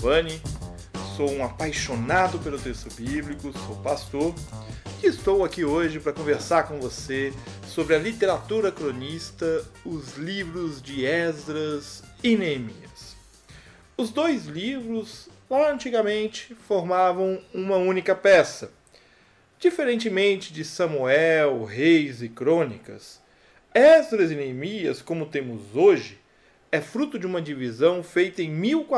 Giovanni, sou um apaixonado pelo texto bíblico, sou pastor e estou aqui hoje para conversar com você sobre a literatura cronista, os livros de Esdras e Neemias. Os dois livros, lá antigamente, formavam uma única peça. Diferentemente de Samuel, Reis e Crônicas, Esdras e Neemias, como temos hoje, é fruto de uma divisão feita em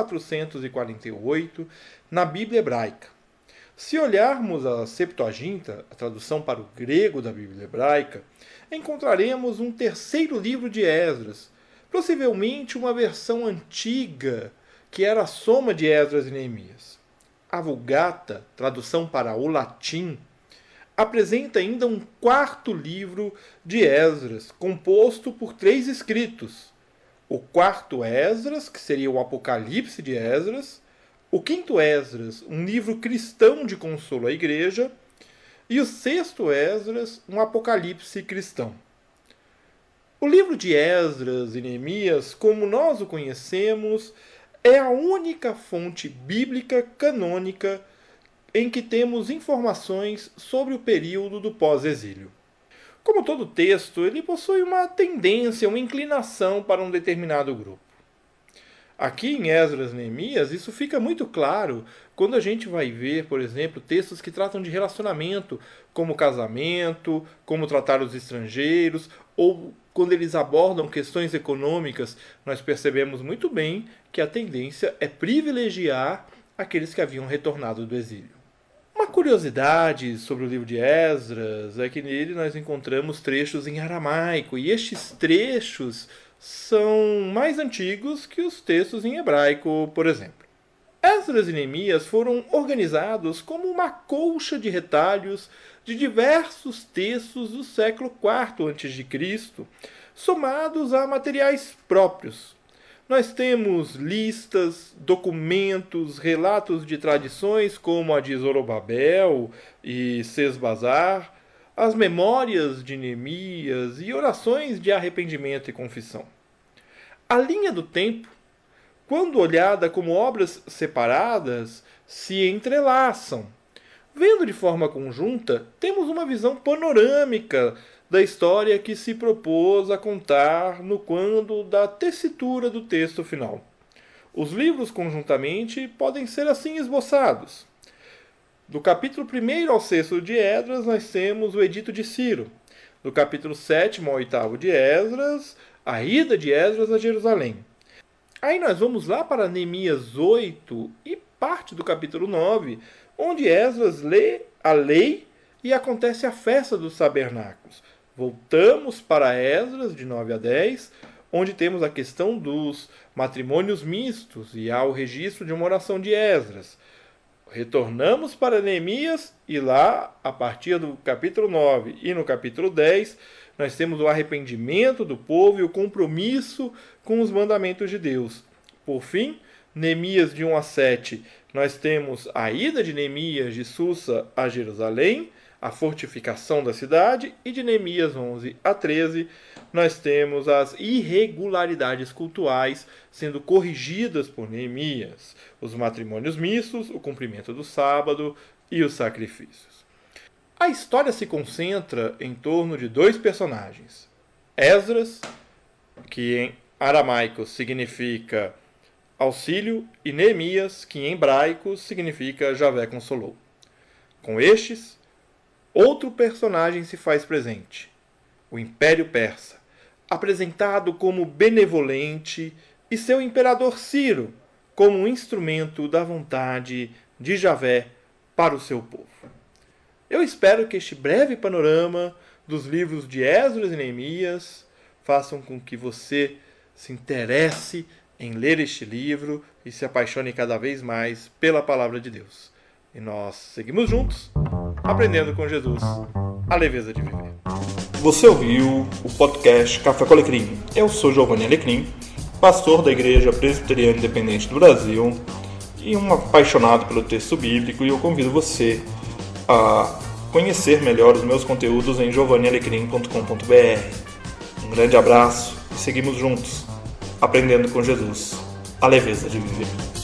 1448 na Bíblia hebraica. Se olharmos a Septuaginta, a tradução para o grego da Bíblia hebraica, encontraremos um terceiro livro de Esdras, possivelmente uma versão antiga, que era a soma de Esdras e Neemias. A Vulgata, tradução para o latim, apresenta ainda um quarto livro de Esdras, composto por 3 escritos. O quarto Esdras, que seria o Apocalipse de Esdras, o quinto Esdras, um livro cristão de consolo à igreja, e o sexto Esdras, um Apocalipse cristão. O livro de Esdras e Neemias, como nós o conhecemos, é a única fonte bíblica canônica em que temos informações sobre o período do pós-exílio. Como todo texto, ele possui uma tendência, uma inclinação para um determinado grupo. Aqui em Esdras e Neemias, isso fica muito claro quando a gente vai ver, por exemplo, textos que tratam de relacionamento, como casamento, como tratar os estrangeiros, ou quando eles abordam questões econômicas, nós percebemos muito bem que a tendência é privilegiar aqueles que haviam retornado do exílio. Uma curiosidade sobre o livro de Esdras é que nele nós encontramos trechos em aramaico, e estes trechos são mais antigos que os textos em hebraico, por exemplo. Esdras e Neemias foram organizados como uma colcha de retalhos de diversos textos do século IV a.C., somados a materiais próprios. Nós temos listas, documentos, relatos de tradições como a de Zorobabel e Sesbazar, as memórias de Neemias e orações de arrependimento e confissão. A linha do tempo, quando olhada como obras separadas, se entrelaçam. Vendo de forma conjunta, temos uma visão panorâmica da história que se propôs a contar no quando da tessitura do texto final. Os livros conjuntamente podem ser assim esboçados. Do capítulo 1 ao 6 de Esdras, nós temos o Edito de Ciro. Do capítulo 7 ao 8 de Esdras, a ida de Esdras a Jerusalém. Aí nós vamos lá para Neemias 8 e parte do capítulo 9, onde Esdras lê a lei e acontece a festa dos tabernáculos. Voltamos para Esdras, de 9 a 10, onde temos a questão dos matrimônios mistos e há o registro de uma oração de Esdras. Retornamos para Neemias e lá, a partir do capítulo 9 e no capítulo 10, nós temos o arrependimento do povo e o compromisso com os mandamentos de Deus. Por fim, Neemias de 1 a 7, nós temos a ida de Neemias de Susa a Jerusalém, a fortificação da cidade, e de Neemias 11 a 13, nós temos as irregularidades cultuais sendo corrigidas por Neemias, os matrimônios mistos, o cumprimento do sábado e os sacrifícios. A história se concentra em torno de 2 personagens. Esdras, que em aramaico significa auxílio, e Neemias, que em hebraico significa Javé consolou. Com estes, outro personagem se faz presente, o Império Persa, apresentado como benevolente, e seu imperador Ciro como um instrumento da vontade de Javé para o seu povo. Eu espero que este breve panorama dos livros de Esdras e Neemias façam com que você se interesse em ler este livro e se apaixone cada vez mais pela palavra de Deus. E nós seguimos juntos, aprendendo com Jesus a leveza de viver. Você ouviu o podcast Café com Alecrim. Eu sou Giovanni Alecrim, pastor da Igreja Presbiteriana Independente do Brasil e um apaixonado pelo texto bíblico, e eu convido você a conhecer melhor os meus conteúdos em giovannialecrim.com.br. Um grande abraço e seguimos juntos, aprendendo com Jesus a leveza de viver.